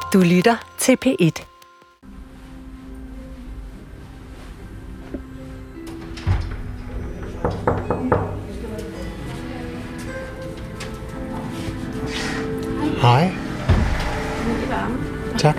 Du lytter til P1. Hej. Tak.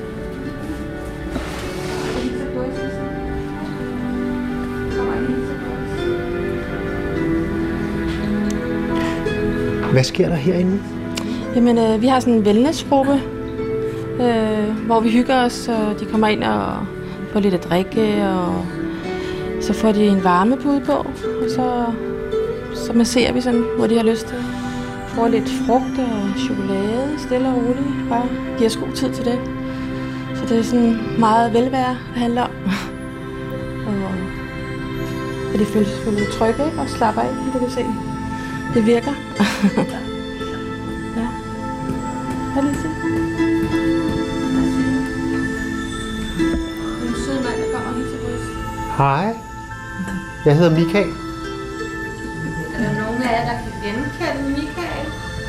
Hvad sker der herinde? Jamen, vi har sådan en wellnessgruppe, hvor vi hygger os, og de kommer ind og får lidt at drikke, og så får de en varmepude på, og så masserer vi sådan, hvor de har lyst til. Får lidt frugt og chokolade, stille og roligt, bare giver os god tid til det. Så det er sådan meget velvære, det handler om. Og de føler sig selvfølgelig trygge og slapper af, det kan du se. Det virker. Ja. Hvad lige se? En sød mand, der kommer helt til bryst. Hej. Jeg hedder Michael. Er der nogen af jer, der kan genkende Michael?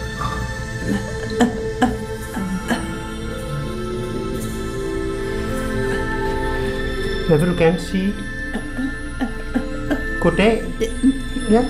Hvad vil du gerne sige? Goddag. Ja.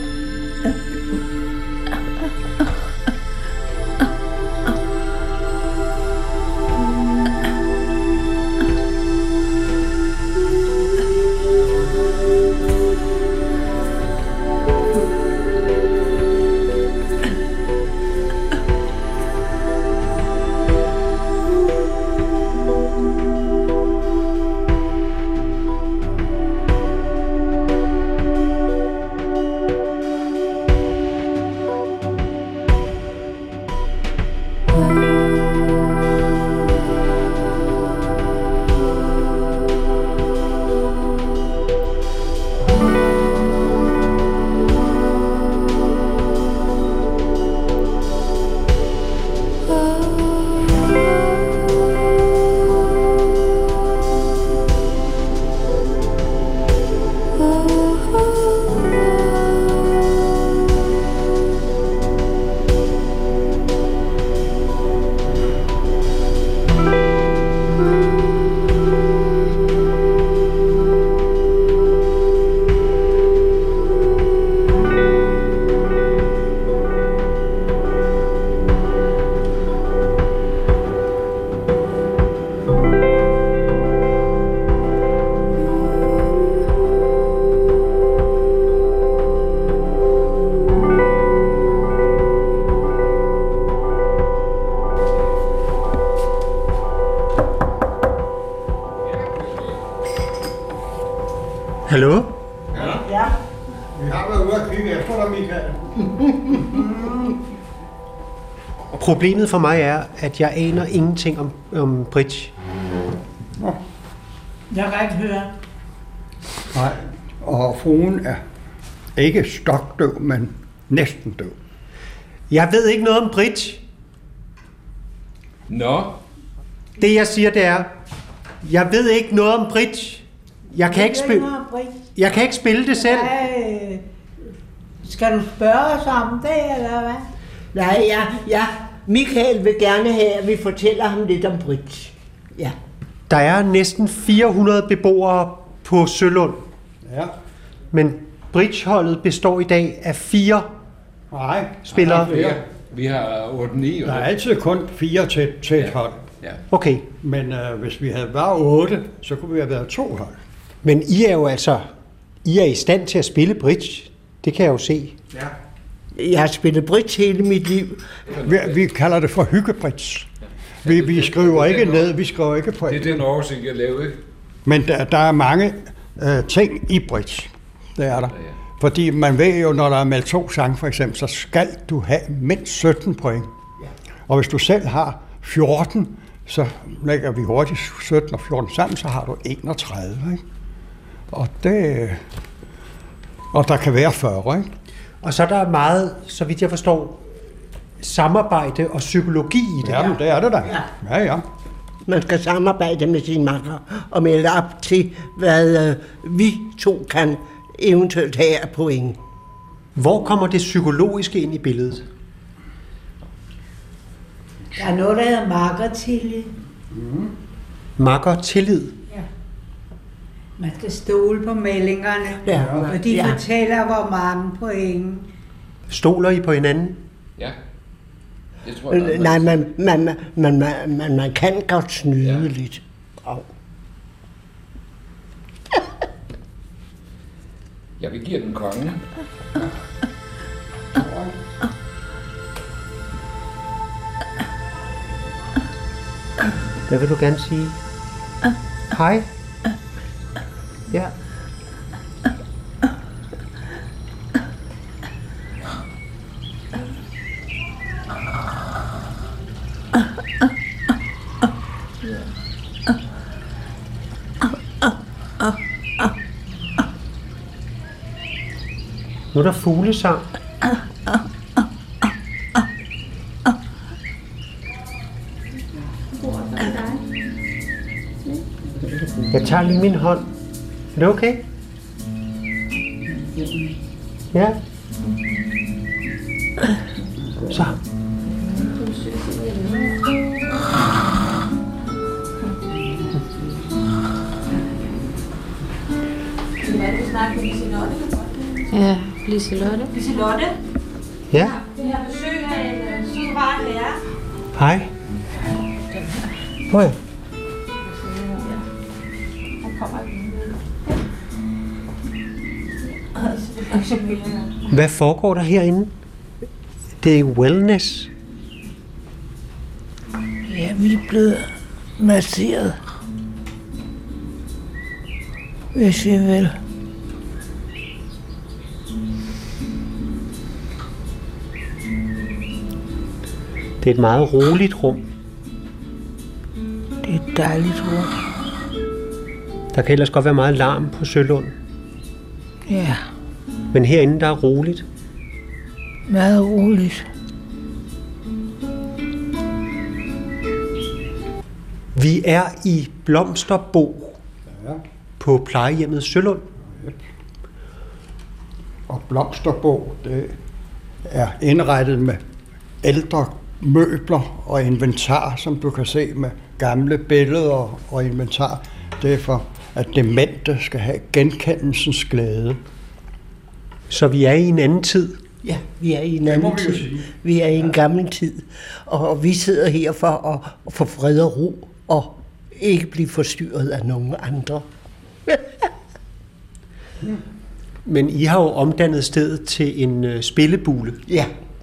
Hallo? Ja. Vi har været ude at kigge efter dig, Michael. Problemet for mig er, at jeg aner ingenting om bridge. Jeg kan ikke høre. Nej, og fruen er ikke stokdøv, men næsten døv. Jeg ved ikke noget om bridge. Nå. Det jeg siger, det er, jeg ved ikke noget om bridge. Jeg kan ikke spille det selv. Nej. Skal du spørge os om det, eller hvad? Nej, ja. Michael vil gerne have, at vi fortæller ham lidt om bridge. Ja. Der er næsten 400 beboere på Sølund. Ja. Men bridgeholdet består i dag af 4 Nej. spillere. Vi har 8-9. Der er altid kun 4 til et hold. Ja. Okay. Men hvis vi havde været 8, så kunne vi have været 2 hold. Men I er jo altså, I er i stand til at spille bridge. Det kan jeg jo se. Ja. Jeg har spillet bridge hele mit liv. Vi kalder det for hyggebridge. Vi skriver ikke ned, vi skriver ikke på. Det er den oversigt, jeg lavede, ikke? Men der er mange ting i bridge. Det er der. Ja. Fordi man ved jo, når der er meldt 2 sange for eksempel, så skal du have mindst 17 point. Og hvis du selv har 14, så lægger vi hurtigt 17 og 14 sammen, så har du 31. Ikke? Og der kan være 40, ikke? Og så er der meget, så vidt jeg forstår, samarbejde og psykologi i det. Ja, men det er det da. Ja. Man skal samarbejde med sine makker og melde op til, hvad vi 2 kan eventuelt have af point. Hvor kommer det psykologiske ind i billedet? Der er noget, der hedder markertillid. Makker tillid. Ja. Man skal stole på meldingerne, Ja. og de Ja. fortæller, hvor mange point. Stoler I på hinanden? Ja. Det tror jeg. Nej, man kan godt snyde lidt. Og Ja, vi giver den kongen. Hvad vil du gerne sige? Hej. Ja. Nu er der fuglesang. Jeg tager lige min hånd. Er det okay? Ja. Så. Ja, Liselotte. Liselotte, Ja. vi har besøg af en suveræn herre. Hej. Hvor? Hvad foregår der herinde? Det er wellness. Ja, vi er blevet masseret. Hvis vi vil. Det er et meget roligt rum. Det er et dejligt rum. Der kan ellers godt være meget larm på Sølund. Ja, Men herinde der er roligt. meget roligt. Vi er i Blomsterbo Ja. på plejehjemmet Sølund. Og Blomsterbo, det er indrettet med ældre møbler og inventar, som du kan se med gamle billeder og inventar. Det er for, at demente skal have genkendelsens glæde. Så vi er i en anden tid. ja, vi er i en må anden vi jo tid. sige. Vi er i en gammel tid. Og vi sidder her for at få fred og ro og ikke blive forstyrret af nogen andre. Men I har jo omdannet stedet til en spillebule. Ja,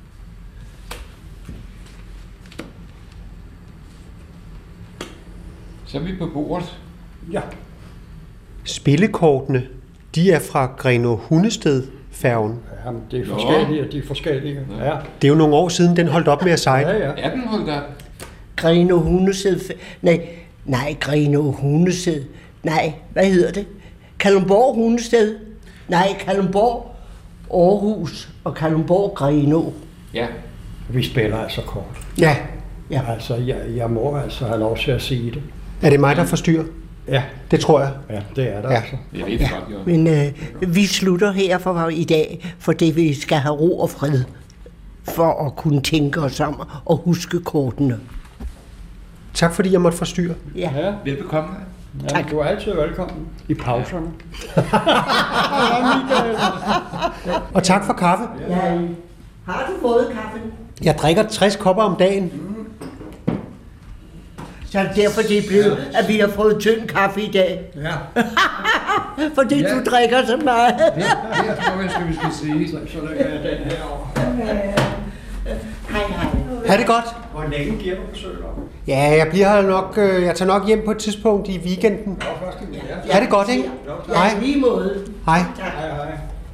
Så er vi på bordet. Ja. Spillekortene, de er fra Grenaa Hundested-færgen. Jamen, det er forskellige, de er forskellige. Ja. Det er jo nogle år siden, den holdt op med at sejle. Ja, ja. Er den holdt op? Grenaa Hundested. Nej, Grenaa Hundested. Nej, hvad hedder det? Kalundborg Hundested. Nej, Kalundborg Aarhus og Kalundborg Grenaa. Ja. Vi spiller altså kort. Ja. Ja. Altså, jeg må altså have lov til at sige det. Er det mig, der forstyrrer? Ja, Det tror jeg. ja, det er der Ja. altså. Det er lidt godt, jo. Men vi slutter her for i dag, fordi vi skal have ro og fred for at kunne tænke os om og huske kortene. Tak fordi jeg måtte forstyrre. Ja. Ja, Velbekomme. ja, tak. Du er altid velkommen i pauserne. Og tak for kaffe. Ja. Har du fået kaffen? Jeg drikker 60 kopper om dagen. Så er det derfor, det er blevet, at vi har fået tynd kaffe i dag. Ja. Fordi du drikker så meget. Det tror jeg, vi skal sige. Så lægger jeg den her over. Hej, hej. Ha' det godt. Hvor længe giver du besøg om? Ja, jeg bliver her nok. Jeg tager nok hjem på et tidspunkt i weekenden. Ha' det godt, ikke? Hej. Ja, lige måde. Hej. Hej, hej.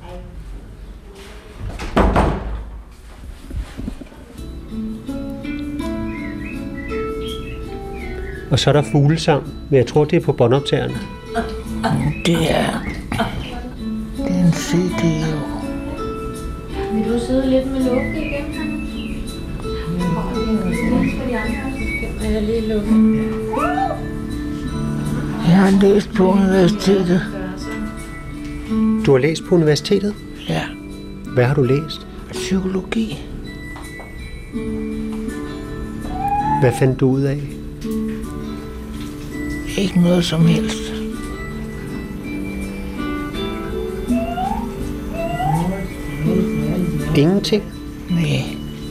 Og så er der fuglesang, men jeg tror, det er på båndoptagerne. Det er en CD jo. Vil du sidde lidt med lukke igen? Jeg er lige lukket. Jeg har læst på universitetet. Du har læst på universitetet? Ja, Hvad har du læst? psykologi. Hvad fandt du ud af? Ikke noget som helst. Ingenting? Nej.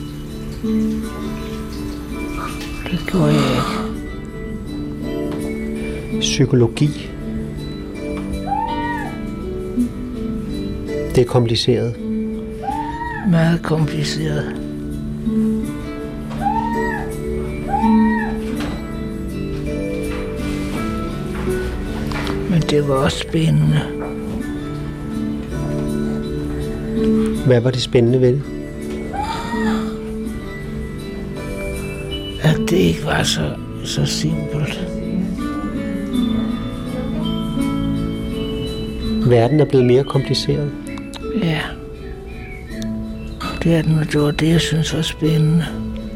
Det gjorde jeg ikke. Psykologi. Det er kompliceret. Meget kompliceret. Men det var også spændende. Hvad var det spændende ved det? At det ikke var så simpelt. Verden er blevet mere kompliceret. Ja. Det er den, og det var det, jeg synes var spændende.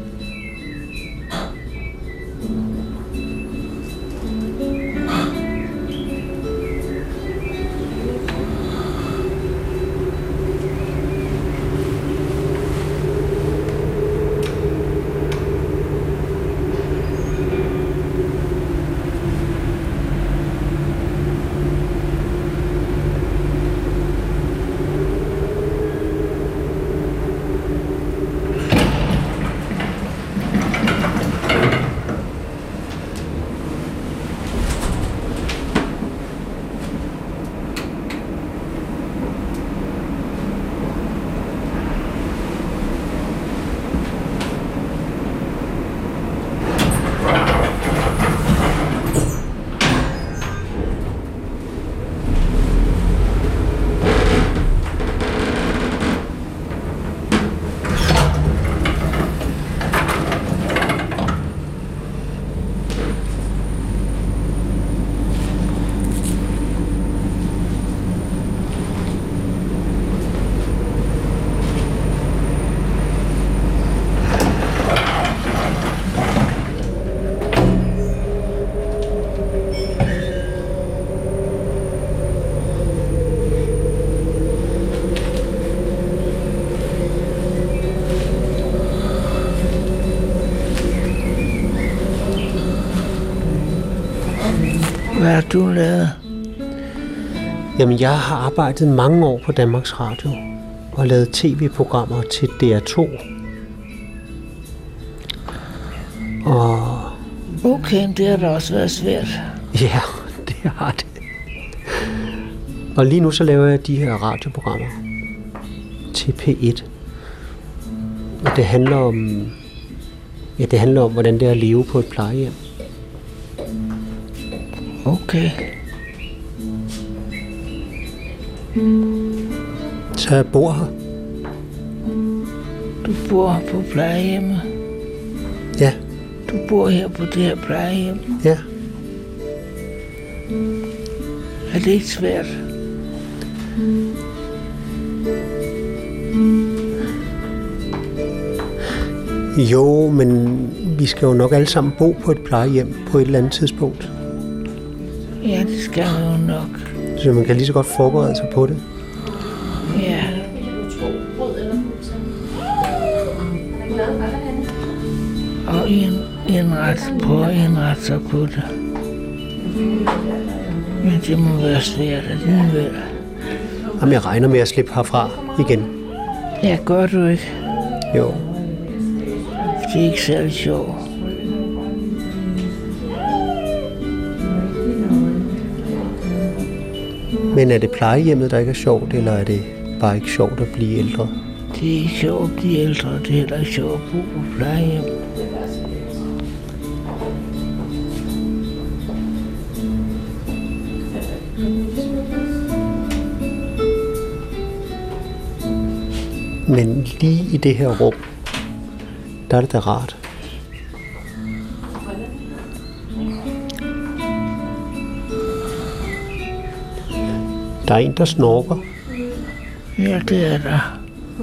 Hvad har du lavet? Jamen, jeg har arbejdet mange år på Danmarks Radio og lavet tv-programmer til DR2. Og Okay, det har da også været svært. ja, det har det. Og lige nu så laver jeg de her radioprogrammer til P1. Og det handler om, hvordan det er at leve på et plejehjem. Okay. Så jeg bor her. Du bor på plejehjemmet? Ja. Du bor her på det her plejehjem? Ja. Er det ikke svært? Jo, men vi skal jo nok alle sammen bo på et plejehjem på et eller andet tidspunkt. Ja, det skal vi jo nok. Så man kan lige så godt forberede sig på det. Ja. Og indrette sig på det. Men det må være svært alligevel. Jamen, jeg regner med at slippe herfra igen. Ja, gør du ikke? Jo. Det er ikke særlig sjovt. Men er det plejehjemmet, der ikke er sjovt, eller er det bare ikke sjovt at blive ældre? Det er ikke sjovt at blive ældre, det er heller ikke sjovt at bo på plejehjem. Men lige i det her rum, der er det da rart. Der er en, der snorker. Ja, det er der.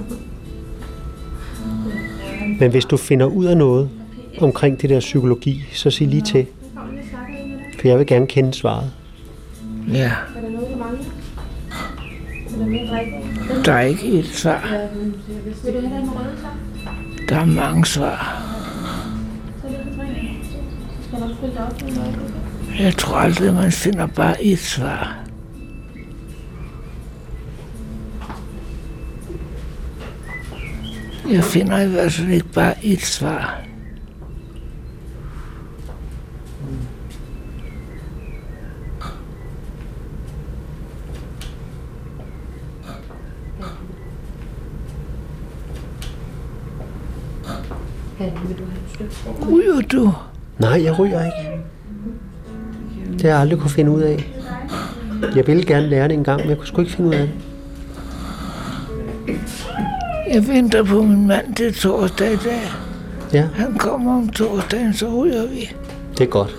Men hvis du finder ud af noget omkring det der psykologi, så sig lige til. For jeg vil gerne kende svaret. Ja. Der er ikke et svar. Der er mange svar. Skal du spille op med noget? Jeg tror aldrig, man finder bare et svar. Jeg finder i hvert fald ikke bare et svar. Ryger du? Nej, jeg ryger ikke. Det har jeg aldrig kunne finde ud af. Jeg ville gerne lære det en gang, men jeg kunne sgu ikke finde ud af det. Jeg venter på min mand til torsdag i dag. Ja, Han kommer om torsdagen, så ryger vi. det er godt.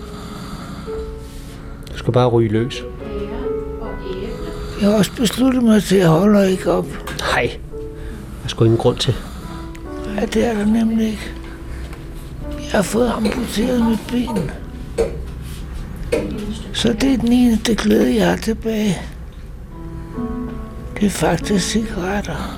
Du skal bare ryge løs. Jeg har også besluttet mig til at holde ikke op. Nej, der er sgu ingen grund til. Ja, det er der nemlig ikke. Jeg har fået amputeret mit ben. Så det er den eneste glæde, jeg har tilbage. Det er faktisk cigaretter.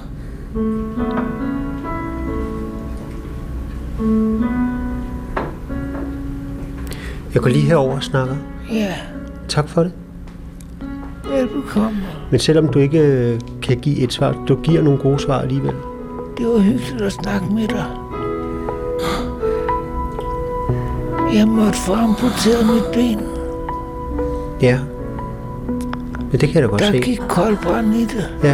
Jeg går lige herover og snakker. Ja, Tak for det. velbekomme. Men selvom du ikke kan give et svar, du giver nogle gode svar alligevel. Det var hyggeligt at snakke med dig. Jeg måtte få amputeret mit ben. Ja. Men det kan jeg da godt Der se. gik koldbrand i det. Ja.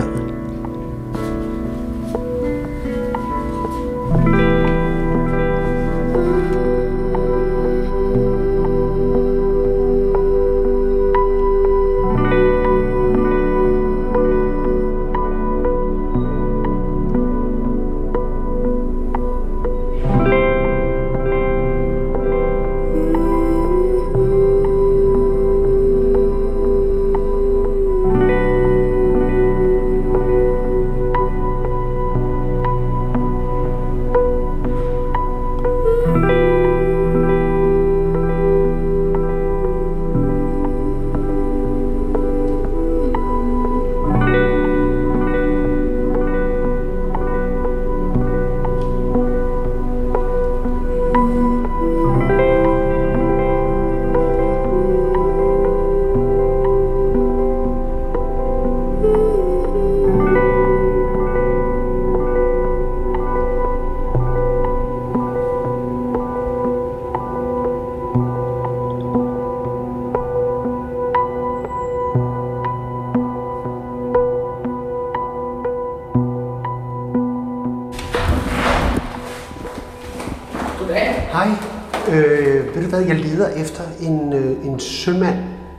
Hej. Ved du hvad, jeg leder efter en sømand,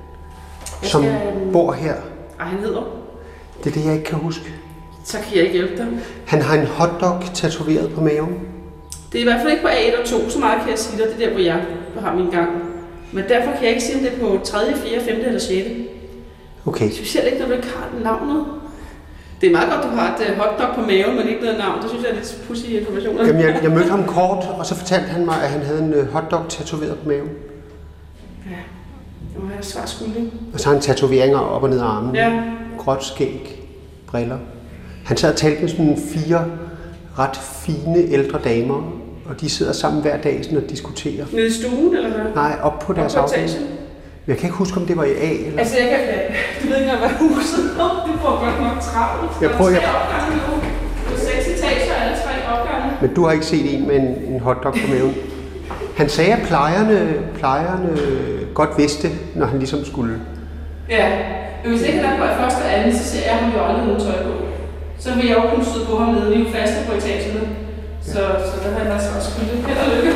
som bor her. Og han hedder? Det er det, jeg ikke kan huske. Så kan jeg ikke hjælpe dig. Han har en hotdog tatoveret på maven. Det er i hvert fald ikke på A1 og 2, så meget kan jeg sige dig. Det er der, hvor jeg har min gang. Men derfor kan jeg ikke sige, om det er på 3., 4., 5. eller 6. Okay. Specielt ikke, når du ikke har navnet. Det er meget godt, du har et hotdog på maven, men ikke noget navn. Det synes jeg er lidt pudsig information. Jamen, jeg mødte ham kort, og så fortalte han mig, at han havde en hotdog tatoveret på maven. Ja, det må være svar skyldning. Og så har han tatoveringer op og ned af armen. Ja. Gråt skæg, briller. Han sad og talte med sådan 4 ret fine ældre damer, og de sidder sammen hver dag sådan og diskuterer. Nede i stuen, eller hvad? Nej, op på deres afdeling. Jeg kan ikke huske, om det var i A eller... Altså, jeg kan... Du ved ikke engang, hvad huset er. Det får godt nok travlt. Jeg prøver... Der er 3 opgange nu. Det er 6 etager, alle 3 opgange. Men du har ikke set en med en hotdog på maven. Han sagde, at plejerne godt vidste, når han ligesom skulle... Ja, men hvis ikke der går i første og anden, så ser jeg ham jo aldrig noget tøj på. Så vil jeg jo kunne støde på ham nede. Vi er jo faste på etagerne. Så der har jeg altså også skyldt. Held og lykke.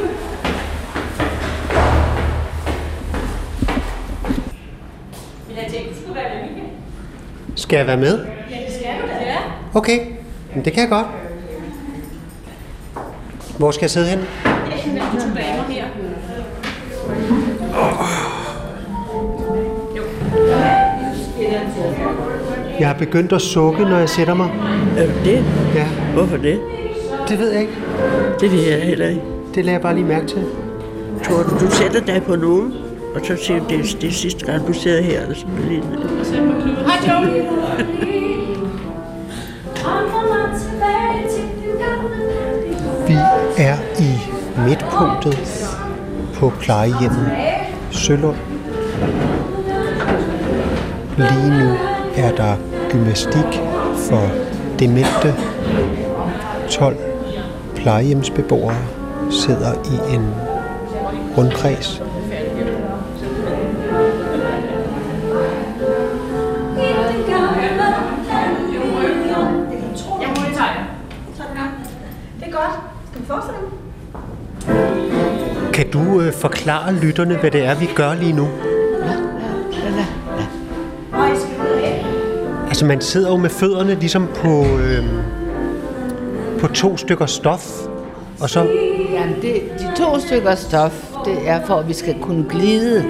Men jeg tænkte, du skulle være med, Michael. Skal jeg være med? Ja, det skal du da. Ja. Okay, men det kan jeg godt. Hvor skal jeg sidde hen? Det er mellem 2 damer her. Jo. Jeg har begyndt at sukke, når jeg sætter mig. Er du det? Ja. Hvorfor det? Det ved jeg ikke. Det ved jeg heller ikke. Det lader jeg bare lige mærke til. Tror du sætter dig på nogen, og så siger du, det er sidste gang, du sidder her, eller sådan noget lignende. Hej, Joe. Vi er i midtpunktet på plejehjemmet Sølund. Lige nu er der gymnastik for demente. 12 plejehjemsbeboere sidder i en rundkreds. Kan du forklare lytterne, hvad det er, vi gør lige nu? Altså, man sidder jo med fødderne ligesom på 2 stykker stof, og så... Jamen, de 2 stykker stof, det er for, at vi skal kunne glide.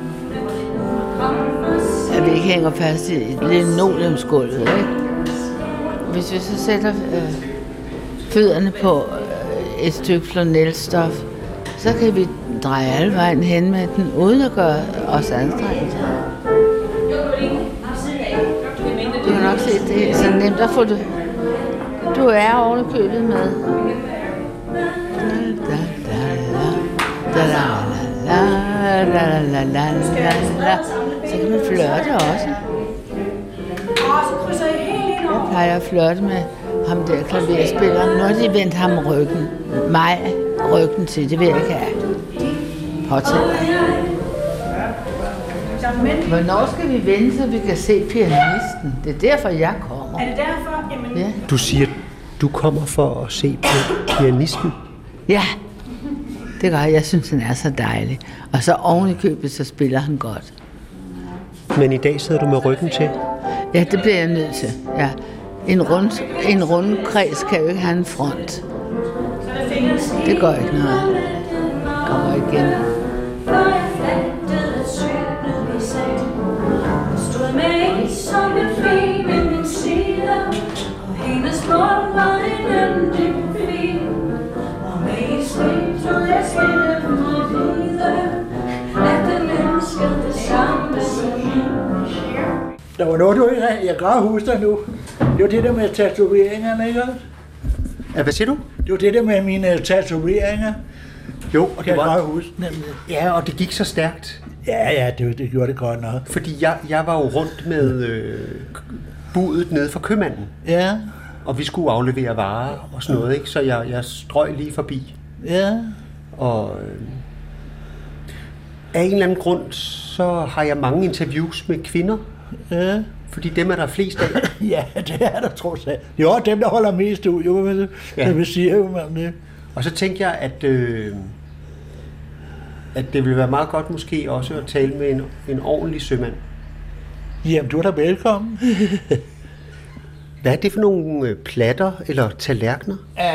At vi ikke hænger fast i et linoleumsgulvet, ikke? Hvis vi så sætter fødderne på et stykke flanelstof, så kan vi dreje alle vejen hen med den, uden at gøre os anstrengt. Du kan nok se, det er så nemt at få det. Du er oven i købet med. Så kan man flirte også. Jeg plejer at flirte med ham der klaverspilleren. Nu har de vendt ham ryggen til. Det vil jeg ikke have. Påtæller. Hvornår skal vi vente, så vi kan se pianisten? Det er derfor, jeg kommer. Er det derfor? Jamen... Ja. Du siger, du kommer for at se på pianisten? Ja, det gør jeg. Jeg synes, han er så dejlig. Og så oven i købet, så spiller han godt. Men i dag sidder du med ryggen til? Ja, det bliver jeg nødt til. Ja. En rundkreds kan jo ikke have en front. Det går ikke noget. Kommer igen. Der var noget, du ikke havde. Jeg kan huske dig nu. Det var det der med tatoveringerne, ikke? Ja, hvad siger du? Det var det der med mine tatoveringer. Jo, og det var... huske, Ja, og det gik så stærkt. Ja, det gjorde det godt nok. Fordi jeg var jo rundt med budet nede for købmanden. Ja. Og vi skulle aflevere varer og sådan noget, ikke? Så jeg strøg lige forbi. Ja. Og af en eller anden grund, så har jeg mange interviews med kvinder. Ja. Fordi dem er der flest af. Ja, det er der trods alt. Jo, dem der holder mest ud, jo, det vil sige jo, man det. Og så tænkte jeg, at det ville være meget godt måske også at tale med en ordentlig sømand. Jamen, du er da velkommen. Hvad er det for nogle platter eller tallerkener?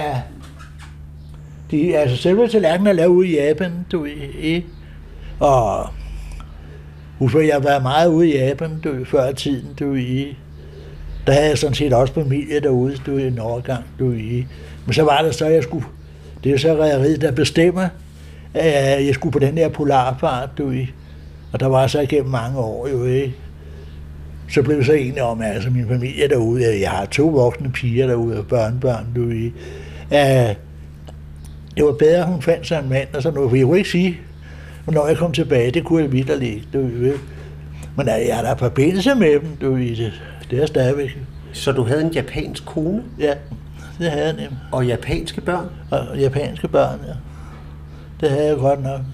Ja. Altså selve tallerkenen er lavet ude i Japan, du ved. Og husk, jeg har været meget ude i Japan, du ved, før i tiden, du ved. Der havde jeg sådan set også familie derude, du ved, en overgang, du ved. Men så var det så, det er så rederiet, der bestemmer, at jeg skulle på den der polarfart, du ved. Og der var så igennem mange år, jo, ikke? Så blev vi så enige om, at altså min familie derude, jeg har 2 voksne piger derude og børnebørn, du ved. Det var bedre, at hun fandt sig en mand og sådan noget, for jeg kunne ikke sige, når jeg kom tilbage, det kunne jeg vitterligt ikke, du ved. Men jeg har da forbindelse med dem, du ved, det er stadigvæk. Så du havde en japansk kone? Ja, det havde jeg nemlig. Og japanske børn? Og japanske børn, ja. Det havde jeg godt nok.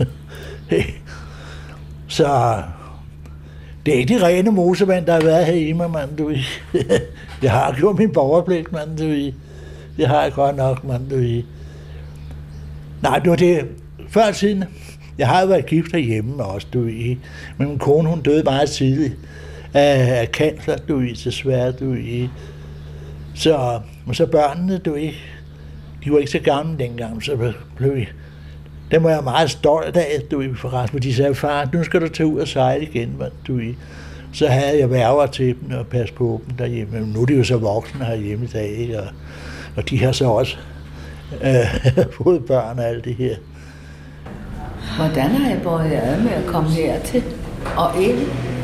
Så det er ikke de rene mosevand, der har været herhjemme, mand, du ved. Jeg har gjort min borgerpligt, mand, du ved. Det har jeg godt nok, mand, du ved. Nej, det var det. Før tiden, jeg har jo været gift herhjemme også, du ved. Men min kone, hun døde meget tidligt af cancer, du ved, desværre, du ved. Så børnene, du ved, de var ikke så gamle dengang, så blev vi. Det var jeg meget stolt af, du ved, forresten, de sagde, far, nu skal du tage ud og sejle igen, du ved. Så havde jeg værger til dem og passe på dem derhjemme. Men nu er de jo så voksne herhjemme i dag, ikke? Og de har så også fået børn og alt det her. Hvordan har jeg båret ad med at komme hertil og ind?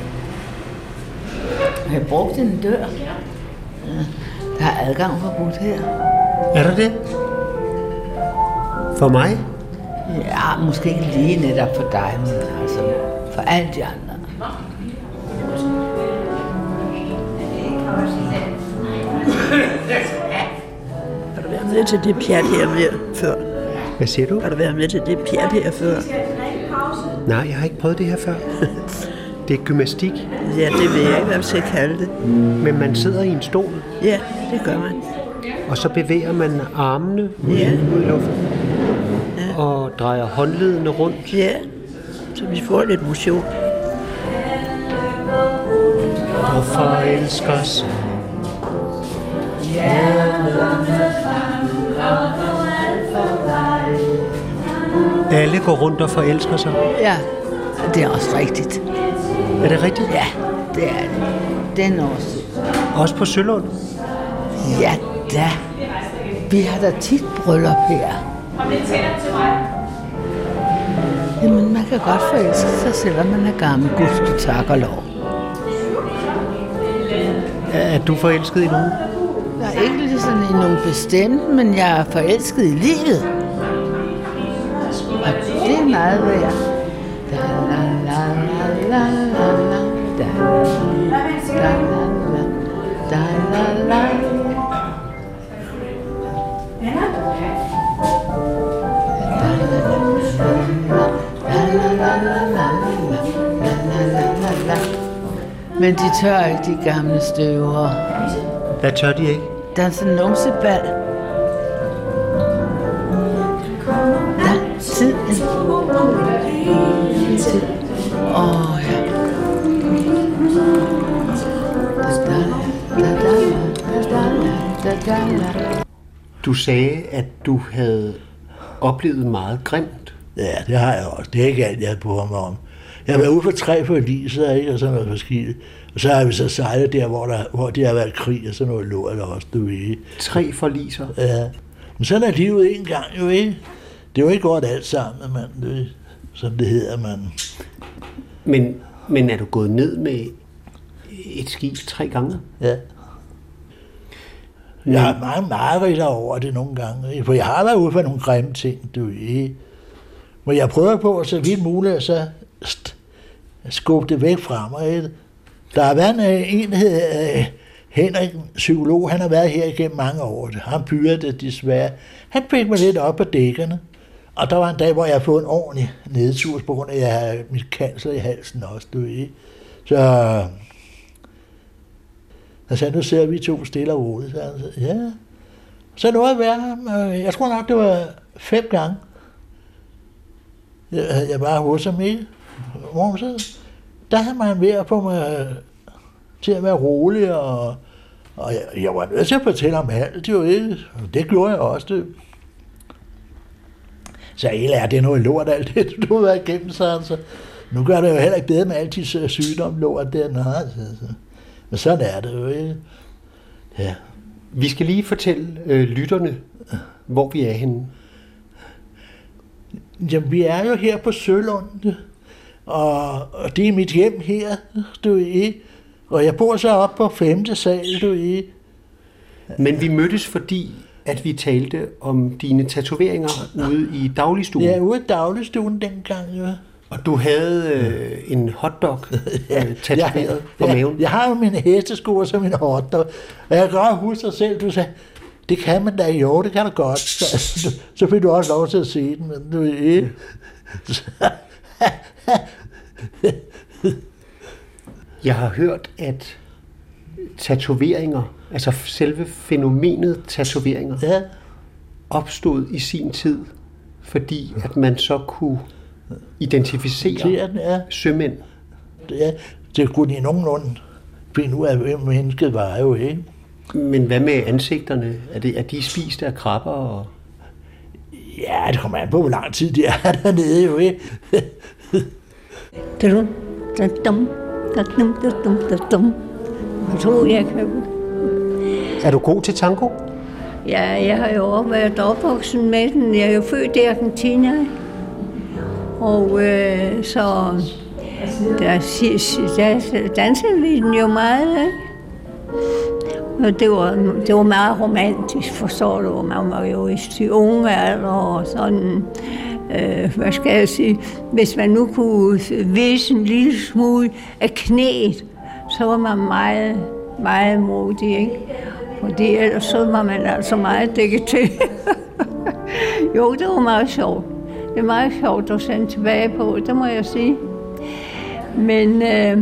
Har jeg brugt en dør? Der er adgang forbudt her. Er der det? For mig? Ja, måske ikke lige netop for dig, men altså for alle de andre. Har du været med til det pjat her før? Hvad siger du? Har du været med til det pjat her før? Nej, jeg har ikke prøvet det her før. Det er gymnastik. Ja, det ved jeg ikke, hvad man skal kalde det. Men man sidder i en stol. Ja, det gør man. Og så bevæger man armene ud i luften. Ja. Og drejer håndledene rundt. Ja, så vi får lidt motion. Hvorfor elskes? Alle går rundt og forelsker sig. Ja, det er også rigtigt. Er det rigtigt? Ja, det er det. Den også. Også på Sølund? Ja da. Vi har da tit bryllup her. Jamen, man kan godt forelske sig, selvom man er gammel. Gud tak og lov. Er du forelsket i nogen? Jeg er ikke lige sådan i nogen bestemt, men jeg er forelsket i livet. Og det er meget værd. Men de tør ikke, de gamle støvere. Hvad tør de ikke? Danse numsebal. Tiden. Ja. Du sagde, at du havde oplevet meget grimt. Ja, det har jeg også. Det er ikke alt, jeg bruger mig om. Jeg har været ude for 3 forliser, ikke, og sådan noget forskelligt. Og så har vi så sejlet der, hvor det har været krig og sådan noget lort også, du ved. 3 forliser? Ja. Men sådan er livet en gang, jo ikke. Det er jo ikke godt alt sammen, mand. Du ved. Sådan det hedder, man. Men er du gået ned med et skib 3 gange? Ja. Jeg har mange mareritter over det nogle gange, for jeg har været ude for nogle grimme ting, du ved. Men jeg prøver på, så vidt muligt, at så skubbe det væk fra mig. Der har været en, der hedder Henrik, psykolog, han har været her igennem mange år. Han byrede det desværre. Han fik mig lidt op på dækkerne. Og der var en dag, hvor jeg har fået en ordentlig nedtur, på grund af, at jeg har mit kansler i halsen også, du ved. Så jeg sagde, nu ser vi 2 stille og roligt. Så han sagde, ja. Så nåede jeg være, jeg tror nok, det var 5 gange. Jeg bare hos ham ikke. Der havde man ved at få mig til at være rolig, og jeg var nødt til at fortælle om alt, jo ikke. Det gjorde jeg også, det. Så er det noget lort, alt det, du har været igennem, så nu gør det jo heller ikke bedre med alle de sygdomme lort der. Nej, men sådan er det jo ikke. Ja. Vi skal lige fortælle lytterne, hvor vi er henne. Jamen, vi er jo her på Sølund, og det er mit hjem her, du ved. Og jeg bor så oppe på 5. sal, du ved. Men vi mødtes, fordi at vi talte om dine tatoveringer ude i dagligstuen. Ja, ude i dagligstuen dengang, jo. Og du havde en hotdog tatoveret på maven. Jeg har jo mine hestesko som en hotdog. Og jeg kan godt huske dig selv, du sagde, det kan man da, jo, det kan du godt. Så fik du også lov til at se den, men du ved. Jeg har hørt, at tatoveringer, altså selve fænomenet tatoveringer, opstod i sin tid, fordi at man så kunne identificere sømænd. Ja, det kunne de nogenlunde finde ud af, hvem mennesket var jo, ikke? Men hvad med ansigterne? Er de spist af krabber? Og... Ja, det kommer an på, hvor lang tid de er dernede, jo, ikke? Er du god til tango? Ja, jeg har jo også været opvoksen med den. Jeg er jo født i Argentina. Og så der dansede vi den jo meget, ikke? Og det var meget romantisk, forstår du. Man var jo i unge alder og sådan. hvad skal jeg sige, hvis man nu kunne vise en lille smule af knæet, så var man meget, meget modig, ikke? Fordi ellers så var man altså meget dækket til. Jo, det var meget sjovt. Det er meget sjovt at sende tilbage på, det må jeg sige. Men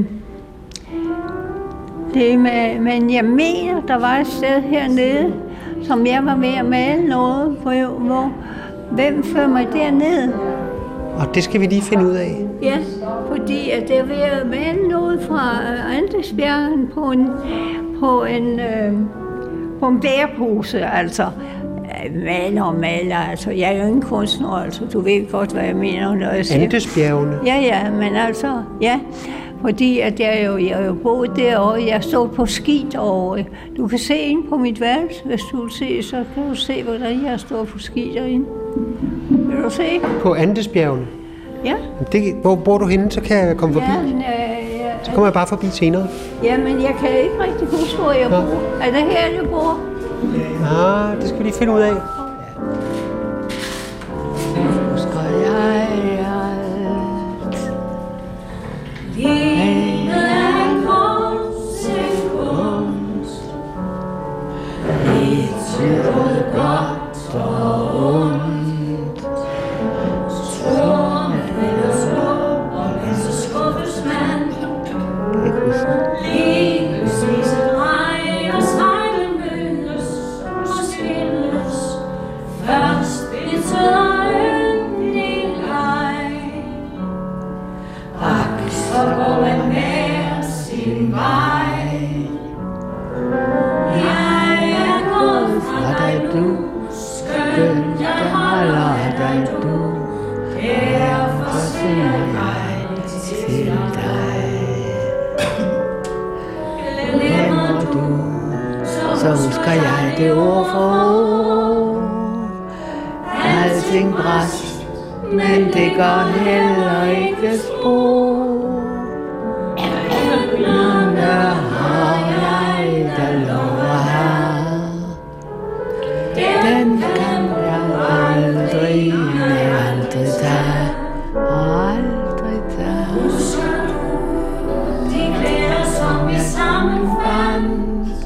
men jeg mener, der var et sted hernede, som jeg var ved at male noget på, hvor hvem fører mig derned? Og det skal vi lige finde ud af. Ja, fordi at jeg ved at male noget fra Andesbjergen på en bærepose, altså. Maler, altså. Jeg er jo ingen kunstner, altså. Du ved godt, hvad jeg mener, når jeg siger. Andesbjergene? Ja, men altså, ja. Fordi at jeg jo boet derovre, jeg stod på ski derovre. Du kan se ind på mit værelse, hvis du vil se, så kan du se, hvordan jeg står på ski derinde. Vil du se? På Andesbjergene? Ja. Hvor bor du henne, så kan jeg komme forbi? Så kommer jeg bare forbi senere. Ja, men jeg kan ikke rigtig huske, hvor jeg bor. Er det her, jeg bor? Ja, det skal vi lige finde ud af. Så husker jeg det ord for ord. Alting bræst, men det gør heller ikke spor. Nogle har jeg, der lover her. Den kan jeg aldrig tage. Aldrig tage. De klæder, som vi sammen fandt.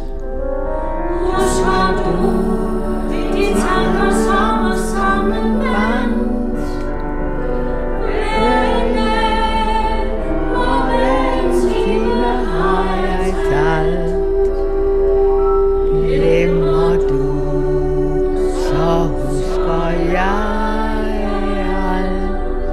Husker du de tanker, som er sammen vandt? Hvor hver time har jeg talt. Glemmer du, så husker jeg alt.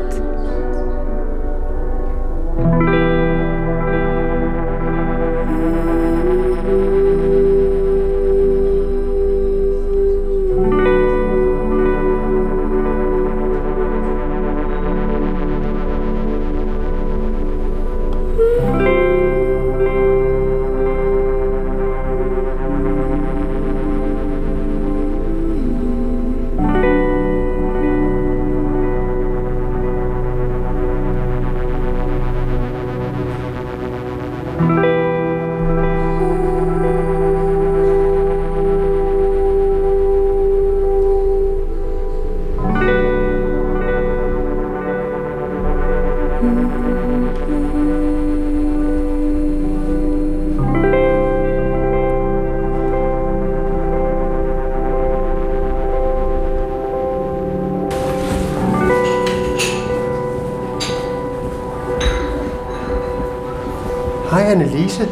Hej Annelise.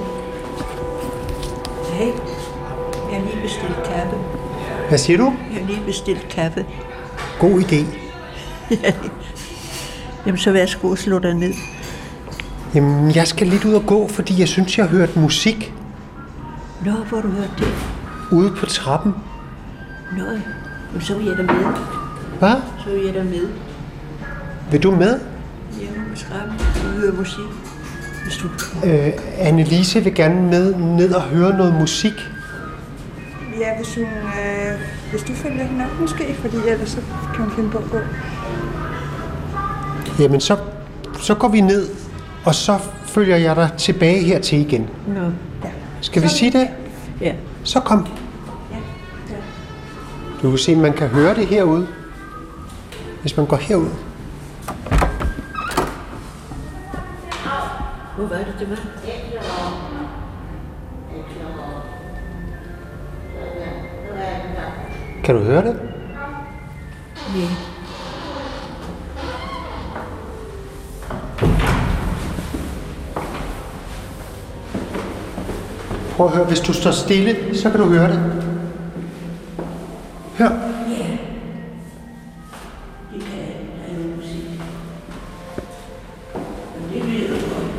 Hej. Jeg har lige bestilt kaffe. Hvad siger du? Jeg har lige bestilt kaffe. God idé. Jamen så værsgo, slå dig ned. Jamen, jeg skal lidt ud og gå, fordi jeg synes, jeg har hørt musik. Nå, hvor har du hørt det? Ude på trappen. Nå, men så vil jeg da med. Hvad? Så vil jeg da med. Vil du med? Hjemme på trappen og høre musik. Hvis du... Annelise vil gerne med ned og høre noget musik. Ja, hvis du følger hende op måske, fordi ellers så kan hun finde på at gå. Jamen, så går vi ned, og så følger jeg dig tilbage hertil igen. Nå, ja. Skal vi sige det? Ja. Så kom. Ja. Du kan se, at man kan høre det herude. Hvis man går herud. Hvor var det var? Kan du høre det? Nej. Prøv at høre, hvis du står stille, så kan du høre det. Hør. Ja. Det kan have noget musik. Men det ved du godt.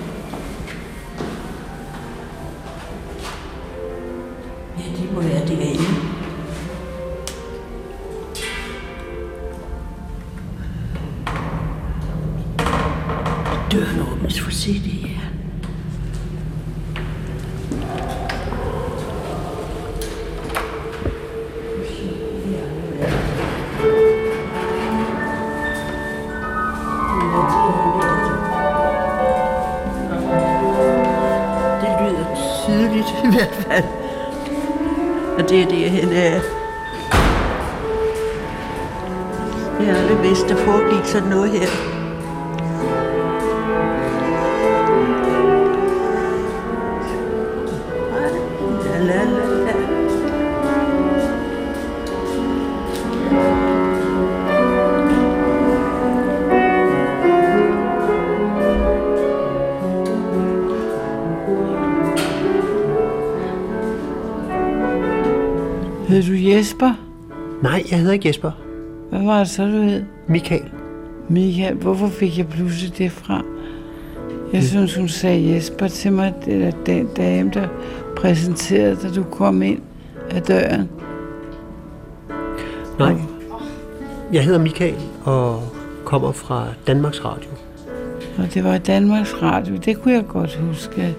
Ja, det må være det derinde. Døren åbnes forsigtigt, ja. I hvert fald. Og det er det, hende er. Jeg har aldrig vidst, der foregik sådan noget her. La, la, la. Hed du Jesper? Nej, jeg hedder ikke Jesper. Hvad var det så, du hed? Michael. Michael, hvorfor fik jeg pludselig det fra? Jeg synes, hun sagde Jesper til mig, det er den dame, der præsenterede, da du kom ind ad døren. Nej, jeg hedder Michael og kommer fra Danmarks Radio. Og det var Danmarks Radio, det kunne jeg godt huske.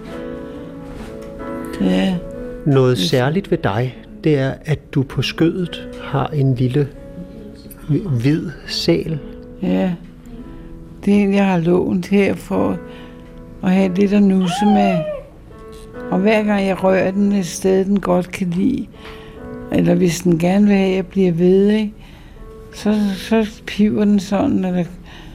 Ja. Noget særligt ved dig, det er, at du på skødet har en lille hvid sæl. Ja, det er en, jeg har lånt her for at have lidt at nusse med. Og hver gang jeg rører den et sted, den godt kan lide, eller hvis den gerne vil have, at jeg bliver ved, ikke? Så piver den sådan. Eller...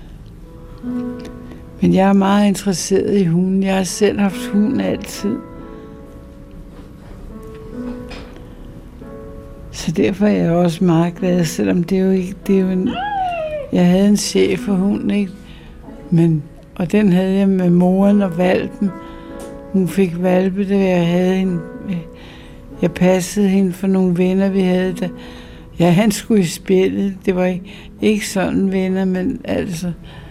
Men jeg er meget interesseret i hunden. Jeg har selv haft hund altid. Så derfor er jeg også meget glad, selvom det er jo ikke... Det er jo en, jeg havde en chef for hunden, ikke? Men, og den havde jeg med moren og valpen. Hun fik valpe, da jeg havde hende. Jeg passede hende for nogle venner, vi havde der. Ja, han skulle i spillet. Det var ikke sådan venner, men altså...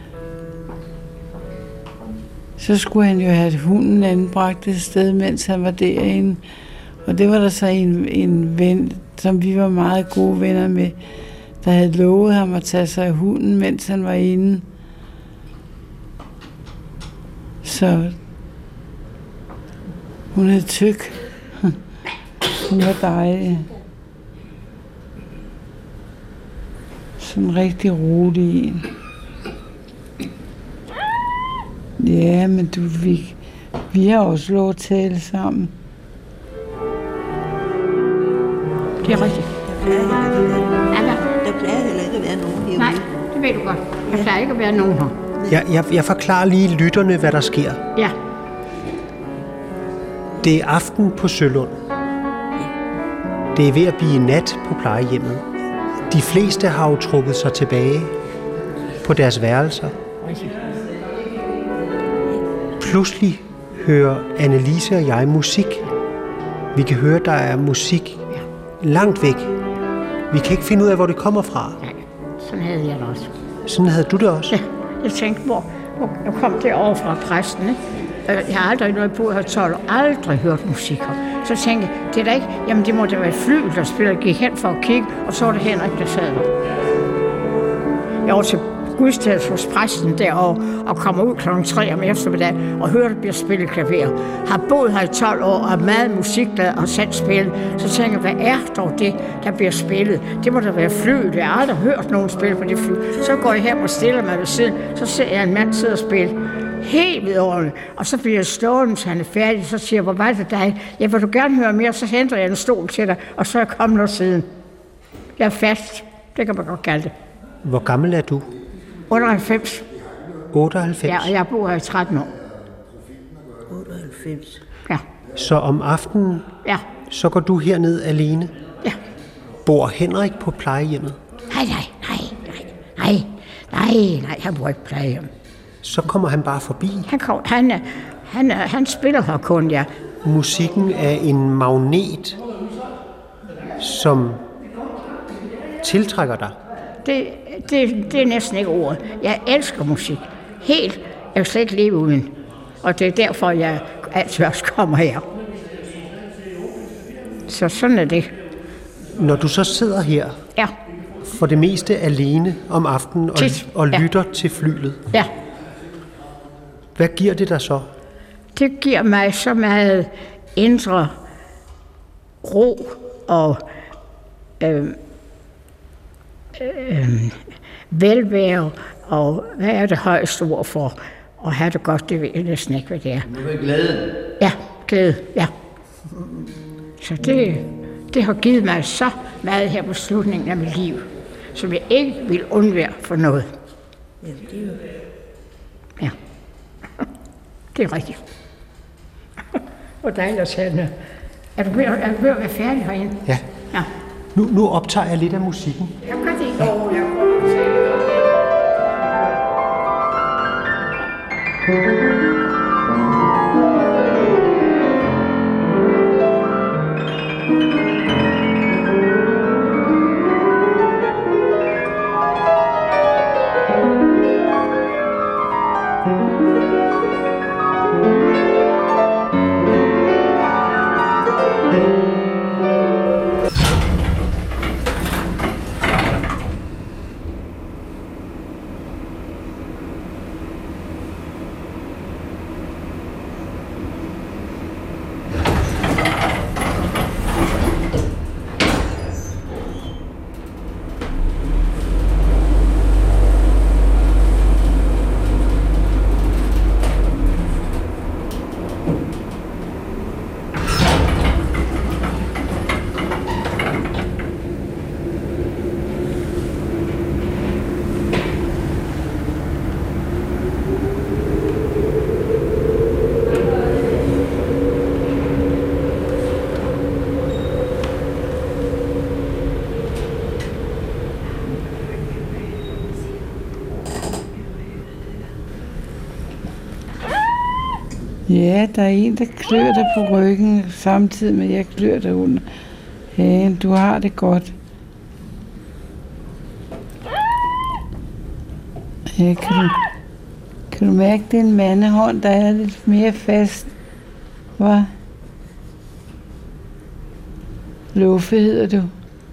Så skulle han jo have hunden anbragt et sted, mens han var derinde. Og det var der så en ven, som vi var meget gode venner med, der havde lovet ham at tage sig af hunden, mens han var inde. Så hun hed Tyk. Hun var dejlig. Sådan en rigtig rolig en. Ja, men vi har også lov at tale sammen. Det er rigtigt. Der plejer heller ikke at være nogen herude. Nej, det ved du godt. Der plejer ikke at være nogen her. Jeg forklarer lige lytterne, hvad der sker. Ja. Det er aften på Sølund. Det er ved at blive nat på plejehjemmet. De fleste har jo trukket sig tilbage på deres værelser. Pludselig hører Annelise og jeg musik. Vi kan høre, der er musik langt væk. Vi kan ikke finde ud af, hvor det kommer fra. Nej, sådan havde jeg det også. Sådan havde du det også? Ja, jeg tænkte, hvor jeg kom derovre fra præsten, ikke? Jeg har aldrig, når jeg boede her 12 år, aldrig hørt musik her. Så tænkte jeg, det er da ikke, jamen det må da være et fly, der spiller. Jeg gik hen for at kigge, og så var det Henrik, der sad der. Jeg var til gudstjeneste hos præsten derovre, og kommer ud kl. 3 om eftermiddagen, og hører, der bliver spillet klaver. Har boet her i 12 år, og er meget musikglad og selv spillet. Så tænker jeg, hvad er dog det, der bliver spillet? Det må da være fly. Jeg har aldrig hørt nogen spille på det fly. Så går jeg hjem og stiller mig ved siden, så ser jeg en mand sidde og spille. Helt vidunderligt. Og så bliver jeg stående, så han er færdig, så siger jeg, hvor var det dig? Ja, vil du gerne høre mere, så henter jeg en stol til dig, og så er jeg kommet og siden. Jeg er fast. Det kan man godt kalde det. Hvor gammel er du? 98. 98? Ja, og jeg bor her i 13 år. 92. Ja. Så om aftenen, Ja. så går du herned alene? Ja. Bor Henrik på plejehjemmet? Nej, han bor ikke på plejehjem. Så kommer han bare forbi? Han spiller her kun, ja. Musikken er en magnet, som tiltrækker dig? Det er næsten ikke ordet. Jeg elsker musik. Helt. Jeg vil slet ikke leve uden. Og det er derfor, jeg altid også kommer her. Så sådan er det. Når du så sidder her, ja. For det meste alene om aftenen og lytter til flylet, ja. Hvad giver det dig så? Det giver mig så meget indre ro og velvære, og hvad er det højeste ord for at have det godt, det ved jeg næsten ikke, hvad det er. Nu er glæde. Ja, glæde, ja. Så det har givet mig så meget her på slutningen af mit liv, som jeg ikke vil undvære for noget. Ja, det er rigtigt. Hvor dejligt at tage. Er du ved at være færdig herinde? Ja. Ja. Nu optager jeg lidt af musikken. Jeg gør det ikke. Ja, der er en, der klør dig på ryggen, samtidig med, at jeg klør dig under. Ja, du har det godt. Ja, kan du mærke, det er en mandehånd, der er lidt mere fast? Hvad? Luffe hedder du.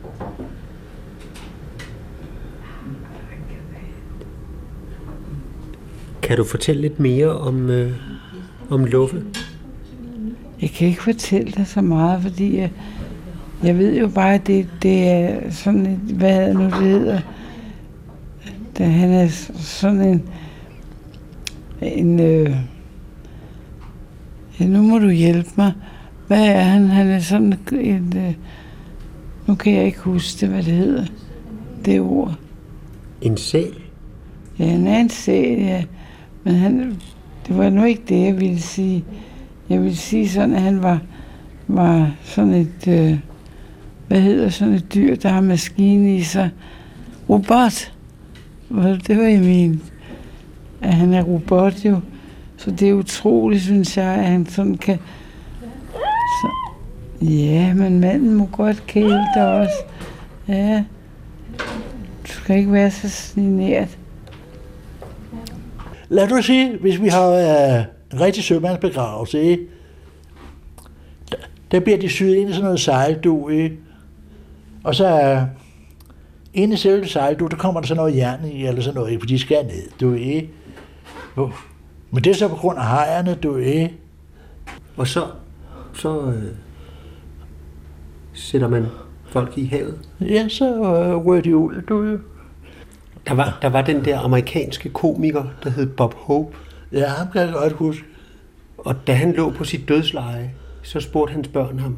Kan du fortælle lidt mere om Luffe? Jeg kan ikke fortælle dig så meget, fordi jeg ved jo bare, at det er sådan et, hvad nu det hedder, da han er sådan ja, nu må du hjælpe mig. Hvad er han? Han er sådan en, nu kan jeg ikke huske det, hvad det hedder, det ord. En sæl? Ja, han er en sæl, ja. Men det var nu ikke det, jeg ville sige. Jeg ville sige sådan, at han var sådan et, hvad hedder sådan et dyr, der har maskine i sig. Robot. Det var jeg mente. At han er robot jo. Så det er utroligt, synes jeg, at han sådan kan... Så, ja, men manden må godt kæle dig også. Ja. Du skal ikke være så snineret. Lad du sige, hvis vi har en rigtig sømandsbegravelse, ikke? Der bliver de syet ind i sådan noget sejldu, ikke? Og så inde i selve sejldu, der kommer der sådan noget jern i, eller sådan noget, ikke? For de skal ned, du, ikke? Men det er så på grund af hajerne, du, ikke? Og så sætter man folk i havet? Ja, så rører de ud, du. Der var den der amerikanske komiker, der hed Bob Hope. Ja, ham kan jeg godt huske. Og da han lå på sit dødsleje, så spurgte hans børn ham,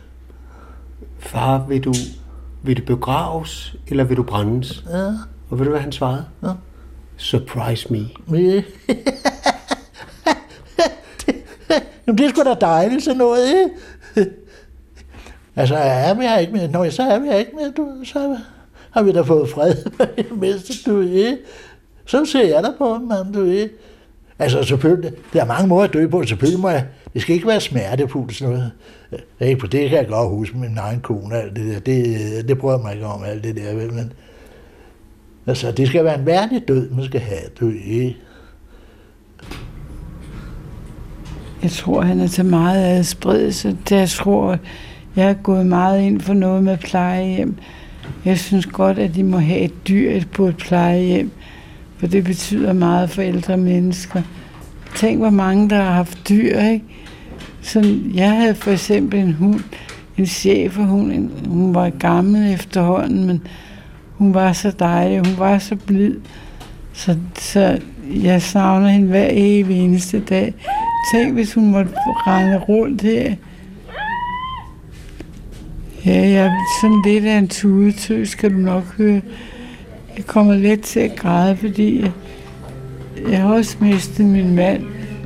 far, vil du begraves, eller vil du brændes? Ja. Og ved du, hvad han svarede? Ja. Surprise me. Ja. Jamen, det er sgu da dejligt, sådan noget, ikke? Altså, er vi her ikke med? Nå, så er vi her ikke med, du. Så har vi da fået fred på det meste, du, ikke? Så ser jeg der på, mand, du, ikke? Altså, selvfølgelig, der er mange måder at dø på. Selvfølgelig må det skal ikke være smertefuldt, sådan noget. Ikke, for det kan jeg godt huske med min egen kone, alt det der. Det prøver man ikke om, alt det der, vel? Men altså, det skal være en værdig død, man skal have, du, ikke? Jeg tror, han er til meget adspredelse. Jeg tror, jeg har gået meget ind for noget med plejehjem. Jeg synes godt, at de må have et dyr på et plejehjem, for det betyder meget for ældre mennesker. Tænk, hvor mange, der har haft dyr, ikke? Så jeg havde for eksempel en hund, en schæferhund. Hun var gammel efterhånden, men hun var så dejlig, hun var så blid. Så jeg savner hende hver evig eneste dag. Tænk, hvis hun måtte rende rundt her. Ja, jeg er sådan lidt af en tudetøs, skal du nok høre. Jeg kommer let til at græde, fordi jeg har også mistet min mand.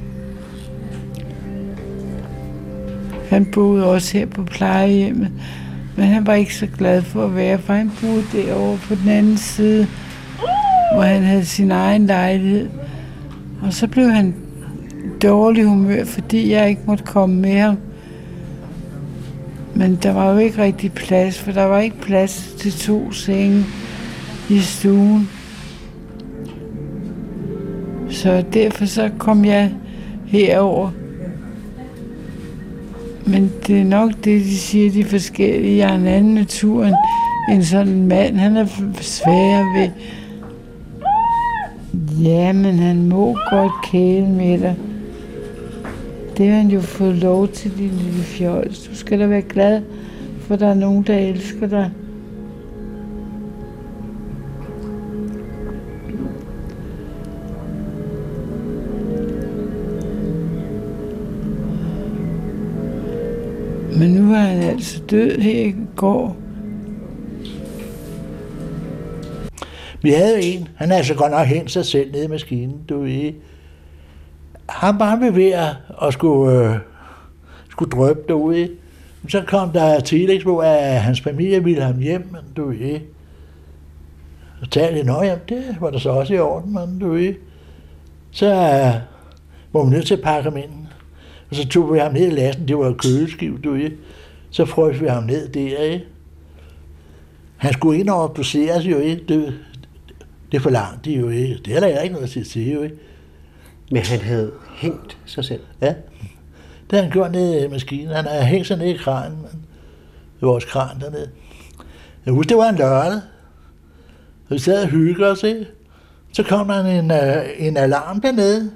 Han boede også her på plejehjemmet, men han var ikke så glad for at være, for han boede derovre på den anden side, hvor han havde sin egen lejlighed. Og så blev han dårlig humør, fordi jeg ikke måtte komme med ham. Men der var jo ikke rigtig plads, for der var ikke plads til 2 senge i stuen. Så derfor så kom jeg herover. Men det er nok det, de siger, de forskellige. Jeg er en anden natur end sådan en mand. Han er svær ved. Ja, men han må godt kæle med dig. Det har han jo fået lov til, din lille fjols. Du skal da være glad, for der er nogen, der elsker dig. Men nu er han altså død her i går. Vi havde en, han er altså godt nok hængt sig selv nede i maskinen, du ved. Han bare ved at skulle drøbe derude. Så kom der tillægsbog, at hans familie ville ham hjem, du ved. Så talte jeg, nå jamen, det var der så også i orden, man, du ved. Så var vi nødt til at pakke ham ind. Og så tog vi ham ned i lasten, det var et køleskiv, du ved. Så frøs vi ham ned der, ikke? Han skulle ind og obduceres jo, ikke? Det forlangte de jo, ikke? Det er der ikke noget til at sige, jo, ikke? Men han havde hængt sig selv? Ja. Det havde han gjort nede i maskinen. Han havde hængt sig nede i kranen, man. I vores kran dernede. Jeg husker, det var en lørdag. Vi sad og hyggede os, ikke? Så kom der en alarm dernede.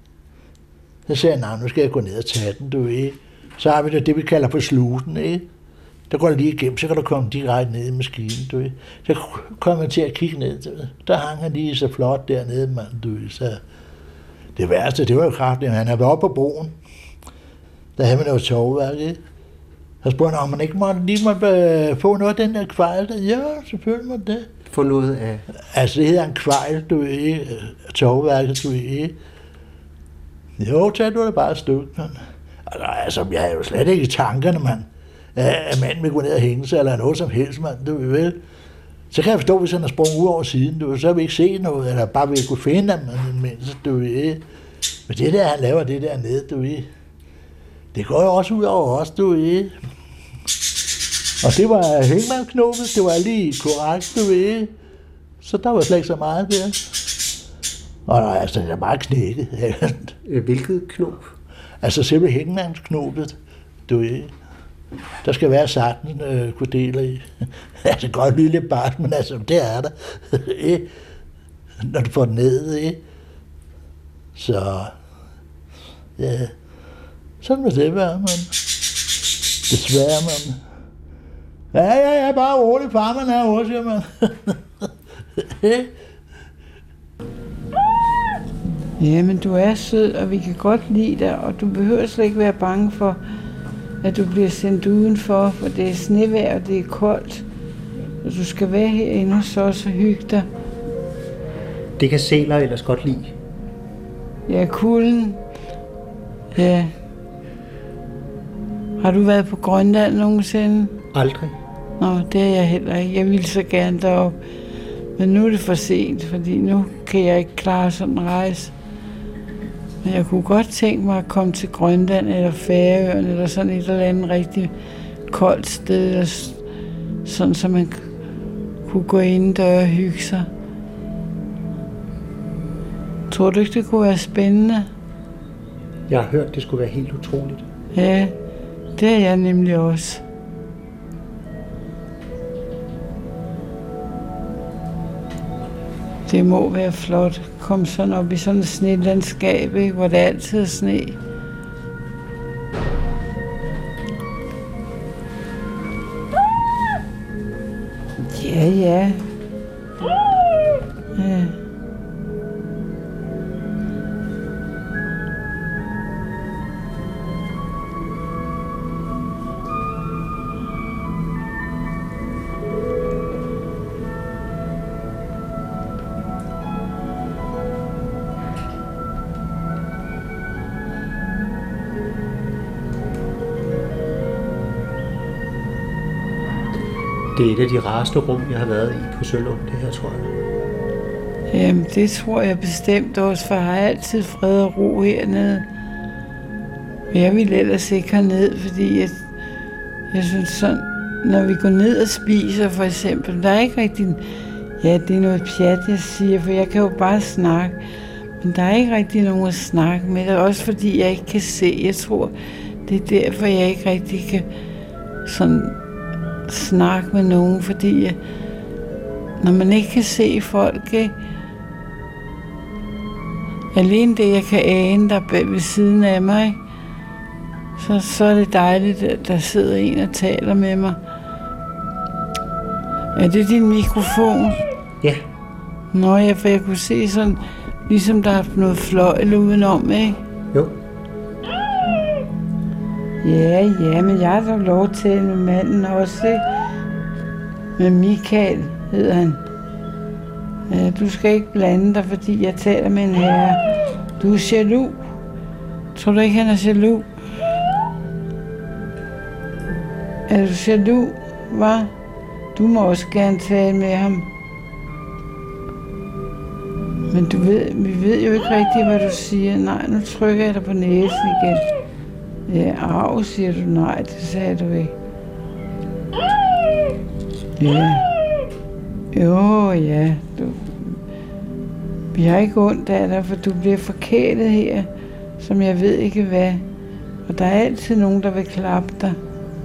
Så sagde jeg, nej, nu skal jeg gå ned og tage den, du ved. Så har vi det, vi kalder for sluten, ikke? Der går lige igennem, så kan du komme direkte ned i maskinen, du ved. Så kom jeg til at kigge ned, du ved. Der hang han lige så flot dernede, mand, du ved. Så det værste, det var jo kraftigt, han havde været oppe på broen. Der havde man noget tovværk, ikke? Så spurgte han, om man ikke måtte få noget af den der kvejl der. Ja, selvfølgelig måtte det. Få noget af? Altså, det hedder en kvejl, du ved, tovværket, du ved. Jo, tag du det bare et stykke, mand. Altså, jeg havde jo slet ikke i tankerne, mand. At manden vil gå ned og hænge sig, eller noget som helst, mand, du ved vel. Så kan jeg forstå, hvis han har sprunget ud over siden, du ved, så vil vi ikke se noget, eller bare vil kunne finde ham, mens du ved. Men det der, han laver det der nede, du ved, det går jo også ud over os, du ved. Og det var hængmandsknopet, det var lige korrekt, du ved. Så der var slet ikke så meget der. Og altså, det er bare knækket. Hvilket knop? Altså selve hængmandsknopet, du ved. Der skal være 16 kordeler i. Altså godt lyde lidt bart, men altså, det er der. Når du får den ned, ikke? Så, ja, sådan vil det være, man. Desværre, man. Ja, bare rolig, farmand er også, man. Ja, men du er sød, og vi kan godt lide dig, og du behøver slet ikke være bange for, at du bliver sendt udenfor, for det er snevejr, og det er koldt. Og du skal være herinde hos os og hygge dig. Det kan sæler ellers godt lide. Ja, kulden. Ja. Har du været på Grønland nogensinde? Aldrig. Nå, det er jeg heller ikke. Jeg ville så gerne derop. Men nu er det for sent, fordi nu kan jeg ikke klare sådan en rejse. Men jeg kunne godt tænke mig at komme til Grønland eller Færøerne eller sådan et eller andet rigtig koldt sted, sådan så man kunne gå indendør og hygge sig. Tror du ikke, det kunne være spændende? Jeg har hørt, det skulle være helt utroligt. Ja, det er jeg nemlig også. Det må være flot. Kom sådan op i sådan et snelandskab, ikke? Hvor der altid er sne. Ja, ja. Ja. Det er et af de rareste rum, jeg har været i på Sølund, det her, tror jeg. Jamen, det tror jeg bestemt også, for jeg har altid fred og ro hernede. Men jeg vil ellers ikke herned, fordi jeg synes sådan, når vi går ned og spiser for eksempel, der er ikke rigtig... Ja, det er noget pjat, jeg siger, for jeg kan jo bare snakke. Men der er ikke rigtig nogen at snakke med. Det er også fordi, jeg ikke kan se. Jeg tror, det er derfor, jeg ikke rigtig kan sådan snakke med nogen, fordi når man ikke kan se folk, ikke? Alene det, jeg kan ane der bag ved siden af mig, ikke? Så er det dejligt, at der sidder en og taler med mig. Er det din mikrofon? Ja. Nå ja, for jeg kunne se sådan, ligesom der er noget fløjl udenom, ikke? Jo. Ja, men jeg har da lov til med manden også, ikke? Med Michael hedder han. Ja, du skal ikke blande dig, fordi jeg taler med en herre. Du er jaloux. Tror du ikke, han er jaloux? Er du jaloux, hva'? Du må også gerne tale med ham. Men vi ved jo ikke rigtigt, hvad du siger. Nej, nu trykker jeg dig på næsen igen. Ja, arv, siger du. Nej, det sagde du ikke. Ja. Jo, ja. Vi har ikke ondt af dig, for du bliver forkælet her, som jeg ved ikke hvad. Og der er altid nogen, der vil klappe dig.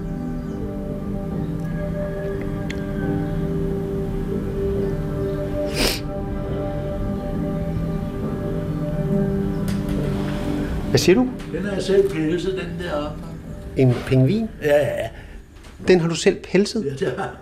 Hvad siger du? Den har jeg selv pelset, den der oppe. En pingvin? Ja. Den har du selv pelset? Ja, det har.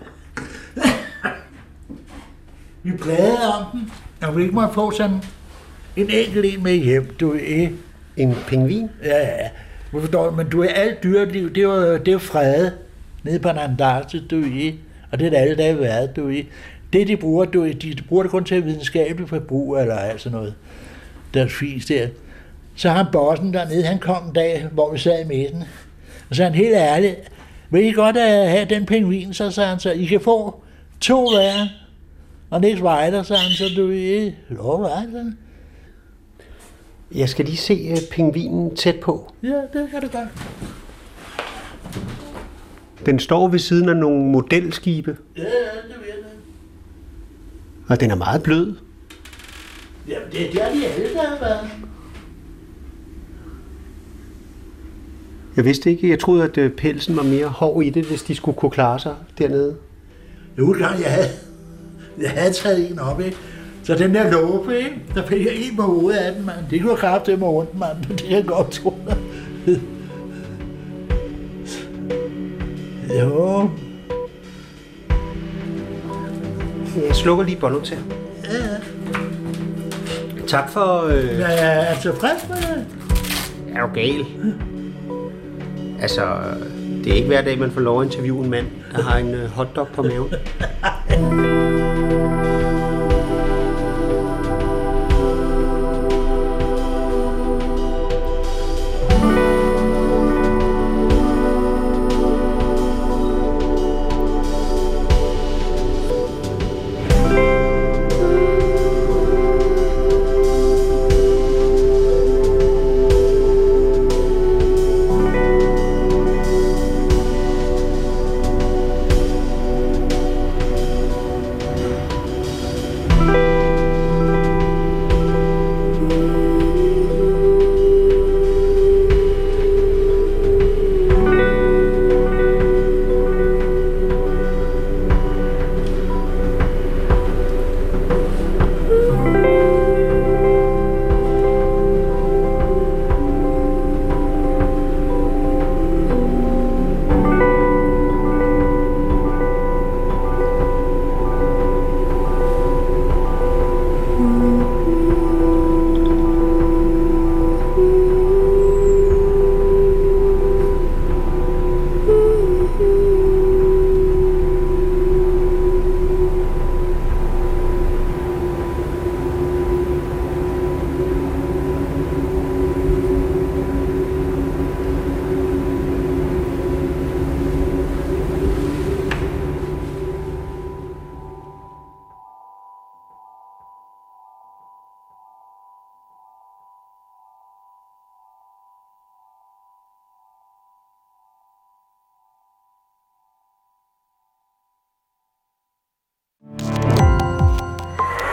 Vi plagede om den. Jeg vil ikke måtte få sådan en enkelt en med hjem, du er. En pingvin? Ja. Men du er alt dyreliv, det er jo fredet nede på en Antarktis, du er. Og det er det alle dage været, du er. Det de bruger, de bruger det kun til videnskabeligt forbrug eller alt sådan noget. Der er fint der. Så han bossen dernede, han kom en dag, hvor vi sad i midten. Og så er han helt ærlig, vil I godt have den pingvin, så sagde han så, I kan få 2 hver. Og næste vejder, så han så, du er lov, sådan. Jeg skal lige se pingvinen tæt på. Ja, det kan det godt. Den står ved siden af nogle modelskibe. Ja, det ved jeg. Og den er meget blød. Jamen, det er de alle, der har været. Jeg vidste ikke, jeg troede, at pelsen var mere hård i det, hvis de skulle kunne klare sig dernede. Jo, jeg havde taget en op, ikke? Så den der låbe, ikke? Der fik jeg en på hovedet af den, mand. Det kunne have kraftigt med rundt, mand. Det kan jeg godt tro. Jo. Jeg slukker lige båndoptager. Ja. Tak for... Jeg er tilfreds med det. Er du gal? Altså, det er ikke hver dag, man får lov at interviewe en mand, der har en hotdog på maven.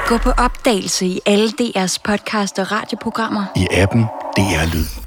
Gå på opdagelse i alle DR's podcast og radioprogrammer. I appen DR Lyd.